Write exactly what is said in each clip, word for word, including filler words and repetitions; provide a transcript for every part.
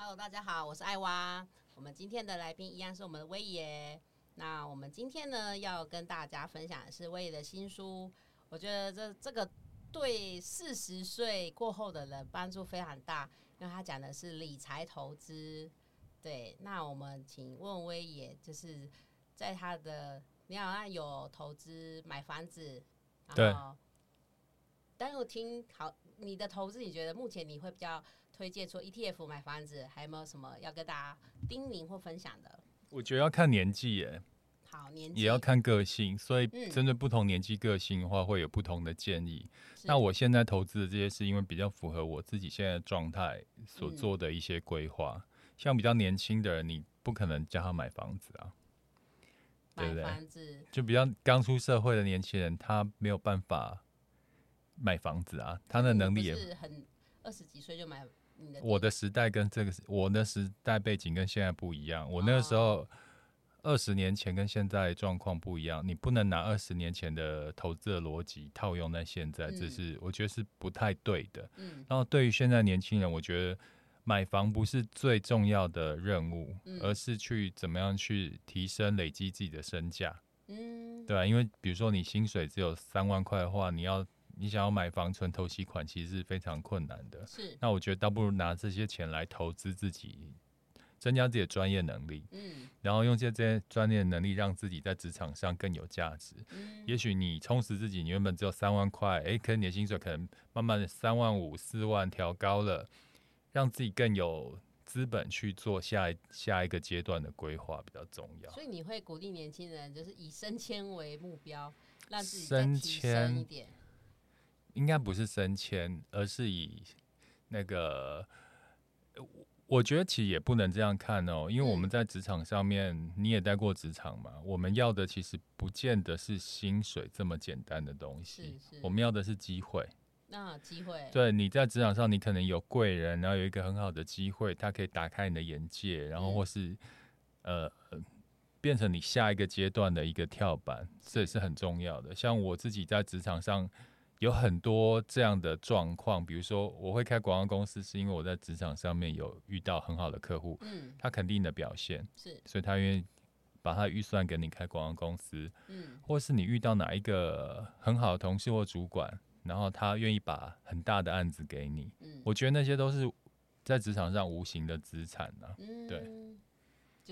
Hello， 大家好，我是艾娃。我们今天的来宾一样是我们的威爷。那我们今天呢，要跟大家分享的是威爷的新书。我觉得这这个对四十岁过后的人帮助非常大，因为他讲的是理财投资。对，那我们请问威爷，就是在他的你好像有投资买房子，然后，但是我听好你的投资，你觉得目前你会比较推荐说 E T F 买房子，还有没有什么要跟大家叮咛或分享的？ 我觉得要看年纪耶， 好，年纪也要看个性，所以针对不同年纪个性的话，会有不同的建议。嗯、那我现在投资的这些是因为比较符合我自己现在的状态所做的一些规划。嗯、像比较年轻的人，你不可能叫他买房子啊，对不对？买房子就比较刚出社会的年轻人，他没有办法买房子啊，他的能力也不是很二十几岁就买。 我的时代跟这个我的时代背景跟现在不一样，我那个时候二十年前跟现在状况不一样，你不能拿二十年前的投资的逻辑套用在现在，这是我觉得是不太对的。嗯、然后对于现在年轻人，我觉得买房不是最重要的任务，嗯、而是去怎么样去提升累积自己的身价。嗯，对啊，因为比如说你薪水只有三万块的话，你要你想要买房存头期款，其实是非常困难的。是，那我觉得倒不如拿这些钱来投资自己，增加自己的专业能力。嗯，然后用这些专业能力，让自己在职场上更有价值。嗯，也许你充实自己，你原本只有三万块，哎，可能你的薪水可能慢慢的三万五、四万调高了，让自己更有资本去做下一下一个阶段的规划比较重要。 所以你会鼓励年轻人，就是以升迁为目标，让自己再提升一点。 应该不是升迁，而是以那个，我觉得其实也不能这样看哦，因为我们在职场上面，嗯、你也待过职场嘛，我们要的其实不见得是薪水这么简单的东西，是是我们要的是机会。 那机会， 对，你在职场上，你可能有贵人，然后有一个很好的机会，它可以打开你的眼界，然后或是、嗯、呃。变成你下一个阶段的一个跳板，这也是很重要的。像我自己在职场上有很多这样的状况，比如说我会开广告公司，是因为我在职场上面有遇到很好的客户，嗯，他肯定你的表现，是，所以他愿意把他预算给你开广告公司，嗯，或是你遇到哪一个很好的同事或主管，然后他愿意把很大的案子给你，嗯，我觉得那些都是在职场上无形的资产啊，嗯，对， 就是。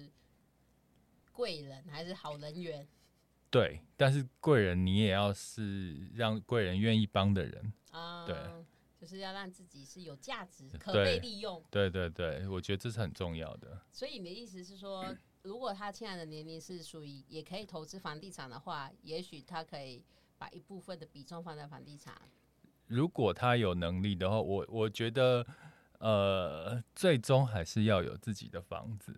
贵人还是好人缘？ 对，但是贵人你也要是让贵人愿意帮的人啊，对， 就是要让自己是有价值、可被利用。 对对对，我觉得这是很重要的。 所以你的意思是说，如果他现在的年龄是属于也可以投资房地产的话，也许他可以把一部分的比重放在房地产。 如果他有能力的话，我我觉得，呃，最终还是要有自己的房子。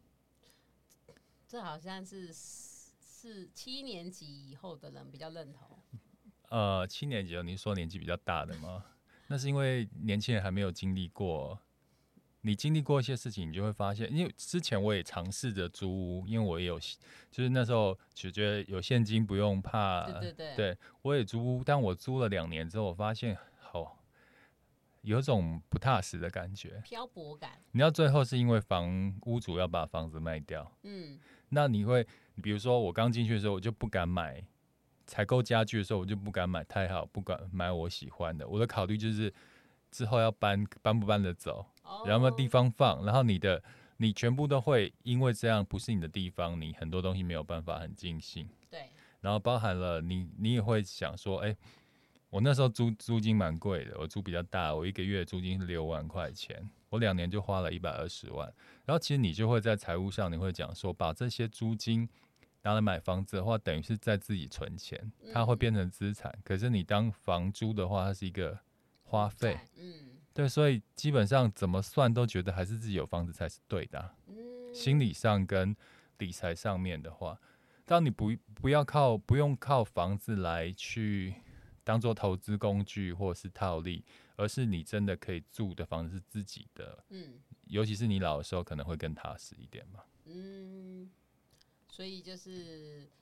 这好像是是七年级以后的人比较认同。 呃，七年级你说年纪比较大的吗？那是因为年轻人还没有经历过。你经历过一些事情，你就会发现，因为之前我也尝试着租屋，因为我也有，就是那时候只觉得有现金不用怕， 对对对， 对我也租屋，但我租了两年之后，我发现好。有种不踏实的感觉， 漂泊感。 你要最后是因为房屋主要把房子卖掉，嗯，那你会，比如说我刚进去的时候，我就不敢买，采购家具的时候，我就不敢买太好，不敢买我喜欢的。我的考虑就是之后要搬，搬不搬得走，然后有没有地方放，然后你的你全部都会因为这样不是你的地方，你很多东西没有办法很尽兴， 对， 然后包含了你，你也会想说，哎、欸。我那时候租租金蛮贵的，我租比较大，我一个月租金是六万块钱，我两年就花了一百二十万。然后其实你就会在财务上，你会讲说，把这些租金拿来买房子的话，等于是在自己存钱，它会变成资产。可是你当房租的话，它是一个花费，嗯，对，所以基本上怎么算都觉得还是自己有房子才是对的、啊。心理上跟理财上面的话，当你不不要靠不用靠房子来去。当做投资工具或是套利，而是你真的可以住的房子是自己的，嗯，尤其是你老的时候可能会更踏实一点嘛。 嗯，所以就是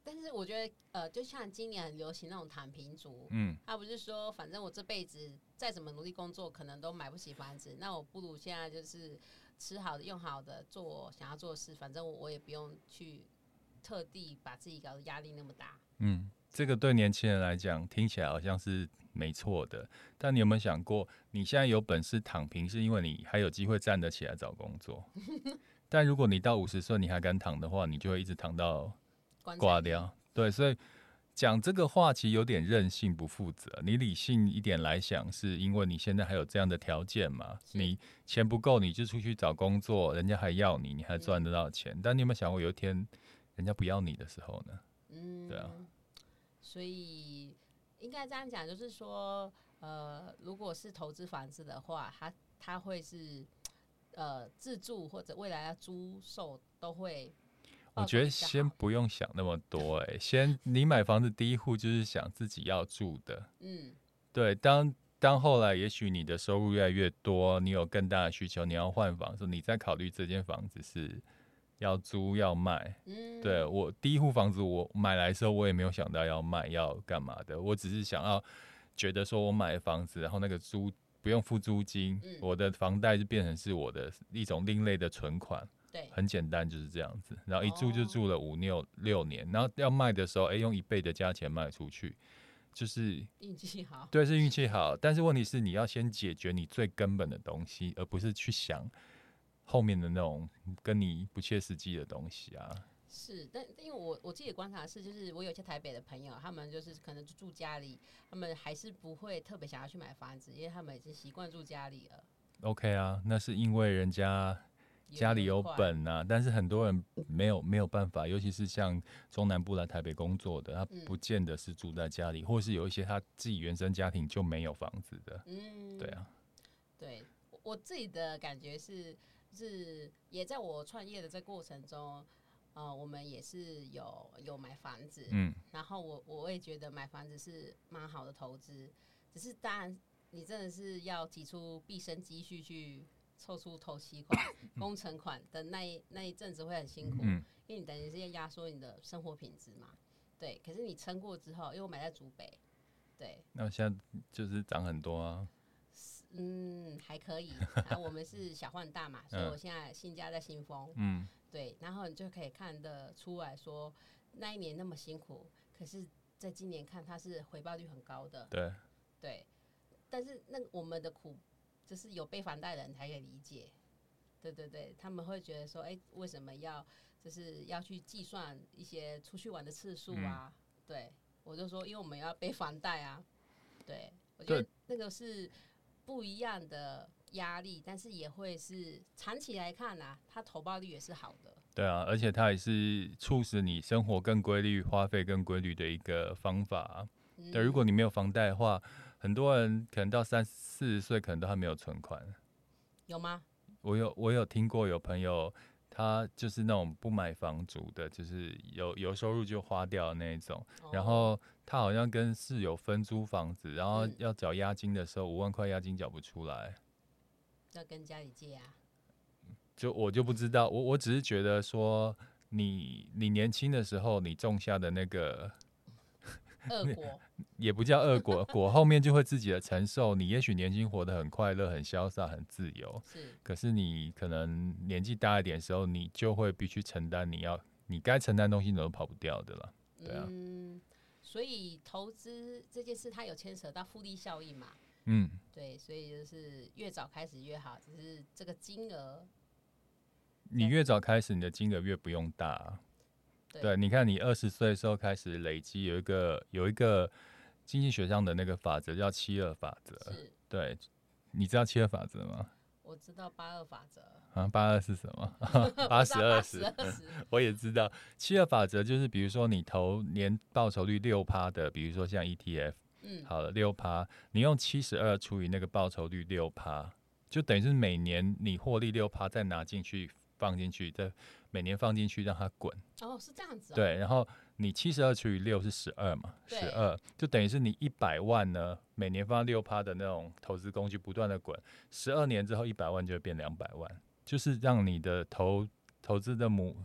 但是我觉得，呃，就像今年很流行那种躺平族， 嗯， 他不是说，反正我这辈子再怎么努力工作，可能都买不起房子，那我不如现在就是吃好的、用好的，做我想要做的事，反正我也不用去特地把自己搞得压力那么大。 嗯，这个对年轻人来讲听起来好像是没错的，但你有没有想过，你现在有本事躺平，是因为你还有机会站得起来找工作。但如果你到五十岁你还敢躺的话，你就会一直躺到挂掉。对，所以讲这个话其实有点任性不负责。你理性一点来想，是因为你现在还有这样的条件嘛？你钱不够，你就出去找工作，人家还要你，你还赚得到钱。嗯、但你有没有想过，有一天人家不要你的时候呢？ 嗯， 对啊。 所以应该这样讲，就是说，呃，如果是投资房子的话，它它会是呃自住或者未来要租售都会。 我觉得先不用想那么多、欸，哎，先你买房子第一户就是想自己要住的，嗯，对。当当后来也许你的收入越来越多，你有更大的需求，你要换房的时候，你再考虑这间房子是要租要卖。嗯，对我第一户房子我买来的时候，我也没有想到要卖要干嘛的，我只是想要觉得说我买房子，然后那个租不用付租金，嗯、我的房贷就变成是我的一种另类的存款。很简单，就是这样子。然后一住就住了五六六年，然后要卖的时候，哎、欸，用一倍的价钱卖出去，就是运气好。 对，是运气好。但是问题是，你要先解决你最根本的东西，而不是去想后面的那种跟你不切实际的东西啊。 是，但因为我我自己的观察是，就是我有些台北的朋友，他们就是可能就住家里，他们还是不会特别想要去买房子，因为他们已经习惯住家里了。 OK 啊，那是因为人家家里有本啊，但是很多人没有没有办法，尤其是像中南部来台北工作的，他不见得是住在家里，嗯、或是有一些他自己原生家庭就没有房子的。嗯，对啊， 对我自己的感觉是，是也在我创业的这过程中，呃，我们也是有有买房子，嗯，然后我我也觉得买房子是蛮好的投资，只是当然你真的是要挤出毕生积蓄去。凑出头期款、工程款的那一那一阵子会很辛苦，嗯、因为你等于是要压缩你的生活品质嘛。对，可是你撑过之后，因为我买在竹北，对， 那现在就是涨很多啊。 嗯，还可以。然后我们是小换大嘛，所以我现在新家在新丰，嗯，对，然后你就可以看得出来说，那一年那么辛苦，可是在今年看它是回报率很高的， 对， 对，但是那我们的苦。就是有背房贷的人才可以理解，对对对，他们会觉得说，哎、欸，为什么要就是要去计算一些出去玩的次数啊？嗯、对，我就说，因为我们要背房贷啊，对，我觉得那个是不一样的压力，但是也会是长期来看啊，它投报率也是好的。 对啊，而且它也是促使你生活更规律、花费更规律的一个方法、啊。嗯、对，如果你没有房贷的话。很多人可能到三四十岁，可能都还没有存款。 有吗？ 我有，我有听过有朋友，他就是那种不买房族的，就是有有收入就花掉的那一种。哦、然后他好像跟室友分租房子，然后要缴押金的时候，五万块押金缴不出来， 要跟家里借啊。 就我就不知道，我我只是觉得说你，你你年轻的时候，你种下的那个。 恶果也不叫恶果，果后面就会自己的承受。你也许年轻活得很快乐、很潇洒、很自由， 是。 可是你可能年纪大一点的时候，你就会必须承担你要你该承担的东西，你都跑不掉的了。对啊。 嗯，所以投资这件事，它有牵扯到复利效应嘛？ 嗯， 对，所以就是越早开始越好，只是这个金额， 你越早开始，你的金额越不用大。对，你看你二十岁的时候开始累积，有一个有一个经济学上的那个法则叫七二法则。对，你知道七二法则吗？ 我知道八二法则。 啊，八二是什么？八十二十。我也知道七二法则就是，比如说你投年报酬率六趴的，比如说像 E T F， 嗯，好了六趴，你用七十二除以那个报酬率六趴，就等于是每年你获利六趴，再拿进去放进去，再每年放进去让它滚。 哦，是这样子、哦。 对，然后你七十二除以六是十二嘛，十二就等于是你一百万呢，每年放六趴的那种投资工具不断的滚，十二年之后一百万就会变两百万，就是让你的投投资的母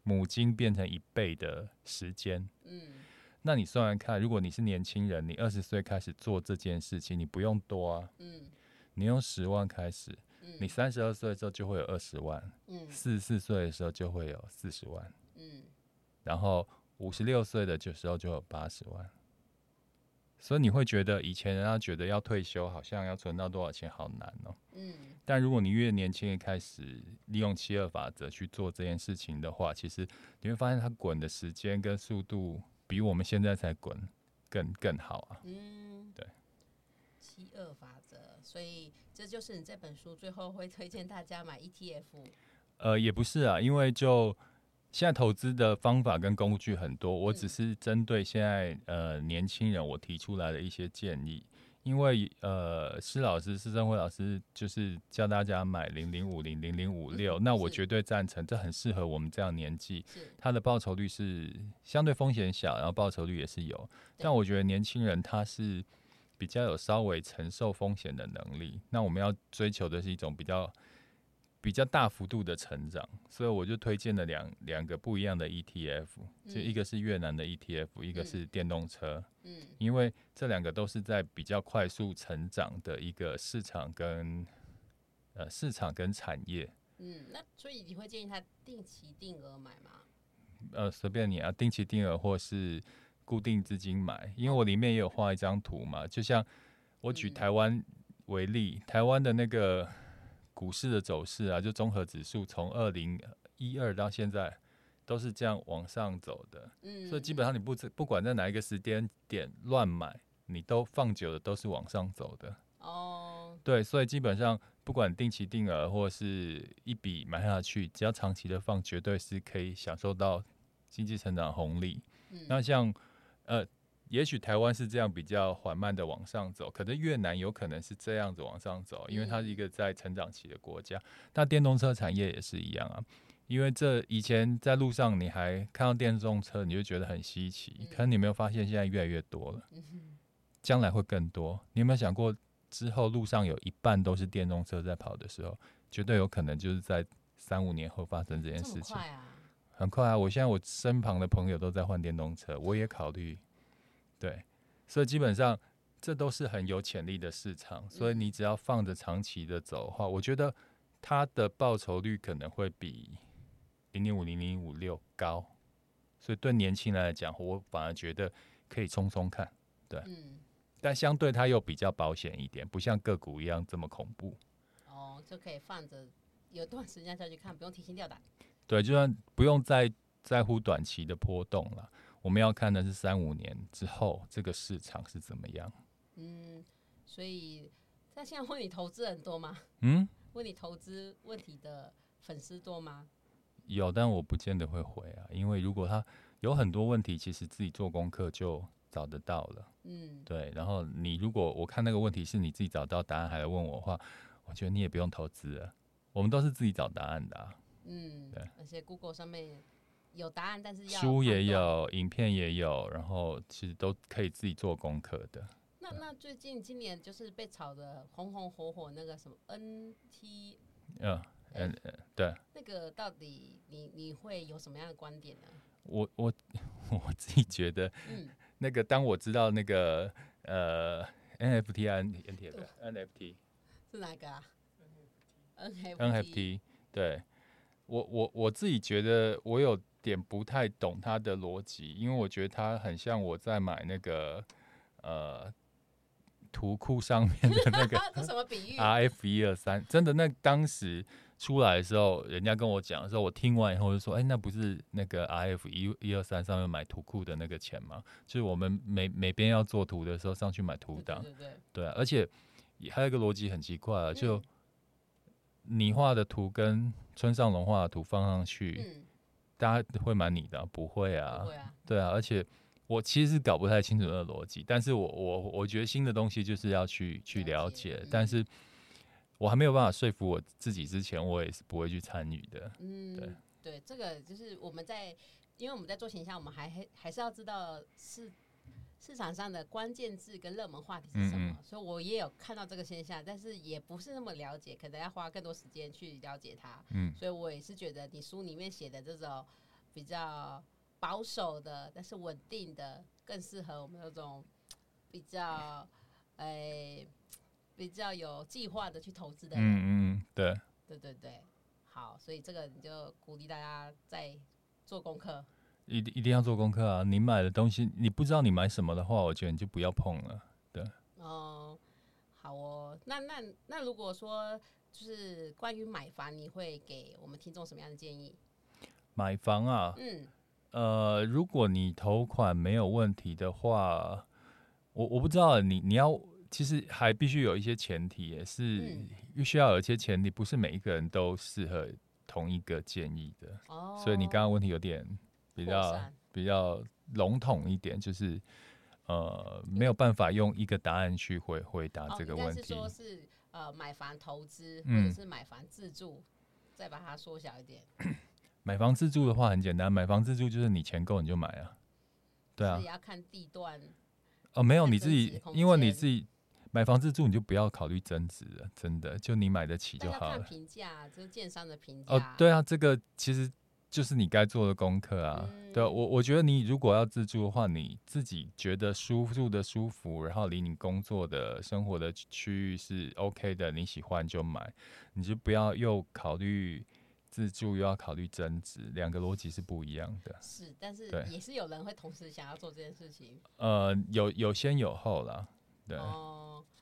母金变成一倍的时间。 嗯， 那你算算看，如果你是年轻人，你二十岁开始做这件事情，你不用多啊， 嗯， 你用十万开始， 嗯， 你三十二岁的时候就会有二十万， 嗯， 四十四岁的时候就会有四十万， 嗯， 然后五十六岁的时候就有八十万。所以你会觉得以前人家觉得要退休好像要存到多少钱好难哦。 嗯， 但如果你越年轻开始利用七二法则去做这件事情的话，其实你会发现它滚的时间跟速度比我们现在才滚更更好啊。 嗯， 对， 七二法则，所以这就是你这本书最后会推荐大家买 E T F。 呃，也不是啊，因为就现在投资的方法跟工具很多，我只是针对现在呃年轻人我提出来的一些建议。因为呃，施老师施正辉老师就是教大家买零零五零零零五六，那我绝对赞成，这很适合我们这样年纪。它的报酬率是相对风险小，然后报酬率也是有。但我觉得年轻人他是比较有稍微承受风险的能力，那我们要追求的是一种比较比较大幅度的成长，所以我就推荐了两两个不一样的 E T F， 就一个是越南的 E T F， 一个是电动车。嗯，因为这两个都是在比较快速成长的一个市场跟呃市场跟产业。 嗯，那所以你会建议他定期定额买吗？ 呃，随便你啊，定期定额或是固定资金买，因为我里面也有画一张图嘛，就像我举台湾为例，台湾的那个股市的走势啊，就综合指数从二零一二到现在都是这样往上走的，嗯，所以基本上你不不管在哪一个时间点乱买，你都放久了都是往上走的。哦，对，所以基本上不管定期定额或是一笔买下去，只要长期的放，绝对是可以享受到经济成长红利。嗯，那像呃，也许台湾是这样比较缓慢的往上走，可是越南有可能是这样子往上走，因为它是一个在成长期的国家。那电动车产业也是一样啊。因为这以前在路上你还看到电动车，你就觉得很稀奇，可是你有没有发现现在越来越多了？将来会更多。你有没有想过，之后路上有一半都是电动车在跑的时候，绝对有可能就是在三五年后发生这件事情。 这么快啊？ 很快啊！我现在我身旁的朋友都在换电动车，我也考虑。对，所以基本上这都是很有潜力的市场，所以你只要放着长期的走的话，我觉得它的报酬率可能会比零零五零零五六高，所以对年轻人来讲，我反而觉得可以冲冲看。对，嗯，但相对它又比较保险一点，不像个股一样这么恐怖。 哦，就可以放着，有段时间再去看，不用提心吊胆。 对，就算不用再在乎短期的波动了，我们要看的是三五年之后这个市场是怎么样。 嗯，所以那现在问你投资人多吗？ 嗯， 问你投资问题的粉丝多吗？ 有，但我不见得会回啊，因为如果他有很多问题，其实自己做功课就找得到了。嗯，对。然后你如果我看那个问题是你自己找到答案还来问我的话，我觉得你也不用投资了。我们都是自己找答案的啊。 嗯，对。而且 Google 上面有答案，但是要书也有，影片也有，然后其实都可以自己做功课的。 那那最近今年就是被炒的红红火火那个什么 N T， 嗯嗯嗯，对。 那个到底你你会有什么样的观点呢？ 我我我自己觉得，嗯，那个当我知道那个呃 N F T 啊 N T F N F T 是哪个啊 ？N F T 对。我我我自己觉得我有点不太懂它的逻辑，因为我觉得它很像我在买那个呃图库上面的那个这什么比喻 ？R F 一二三，真的，那当时出来的时候，人家跟我讲的时候，我听完以后就说：“哎、欸，那不是那个 R F 一二三上面买图库的那个钱吗？就是我们每每边要做图的时候上去买图档， 对对对， 对啊，而且还有一个逻辑很奇怪啊，就。嗯你画的图跟村上隆画的图放上去，嗯、大家会买你的、啊？不会啊， 不会啊， 对啊。而且我其实搞不太清楚那个逻辑，但是我我我觉得新的东西就是要去去了解，嗯、但是我还没有办法说服我自己之前，我也是不会去参与的。嗯，对对，这个就是我们在，因为我们在做形象，我们还还是要知道是。市场上的关键字跟热门话题是什么？嗯嗯，所以我也有看到这个现象，但是也不是那么了解，可能要花更多时间去了解它。嗯，所以我也是觉得你书里面写的这种比较保守的，但是稳定的，更适合我们那种比较，诶、比较有计划的去投资的人。 嗯嗯，对， 对对对，好，所以这个你就鼓励大家在做功课。 一定一定要做功课啊！你买的东西，你不知道你买什么的话，我觉得你就不要碰了。对， 哦，好哦，那那那如果说就是关于买房，你会给我们听众什么样的建议？ 买房啊， 嗯呃，如果你头款没有问题的话，我我不知道你你要，其实还必须有一些前提，也是嗯， 必须要有一些前提，不是每一个人都适合同一个建议的。所以你刚刚哦， 问题有点比较扩散。 比较笼统一点，就是呃没有办法用一个答案去回回答哦， 这个应该是问题。 说是呃买房投资或者嗯， 是买房自住，再把它缩小一点， 买房自住的话很简单，买房自住就是你钱够你就买啊，对啊， 是也要看地段， 哦没有看你自己， 增值空因为你间， 自己买房自住你就不要考虑增值了，真的就你买得起但要看就好了。 评价，就是建商的评哦， 价。 对啊，这个其实就是你该做的功课啊。对啊， 嗯， 我我觉得你如果要自住的话，你自己觉得舒住的舒服，然后离你工作的生活的区域是 OK 的，你喜欢就买，你就不要又考虑自住又要考虑增值，两个逻辑是不一样的。 是，但是对， 也是有人会同时想要做这件事情。 呃，有有先有后啦。对， 哦，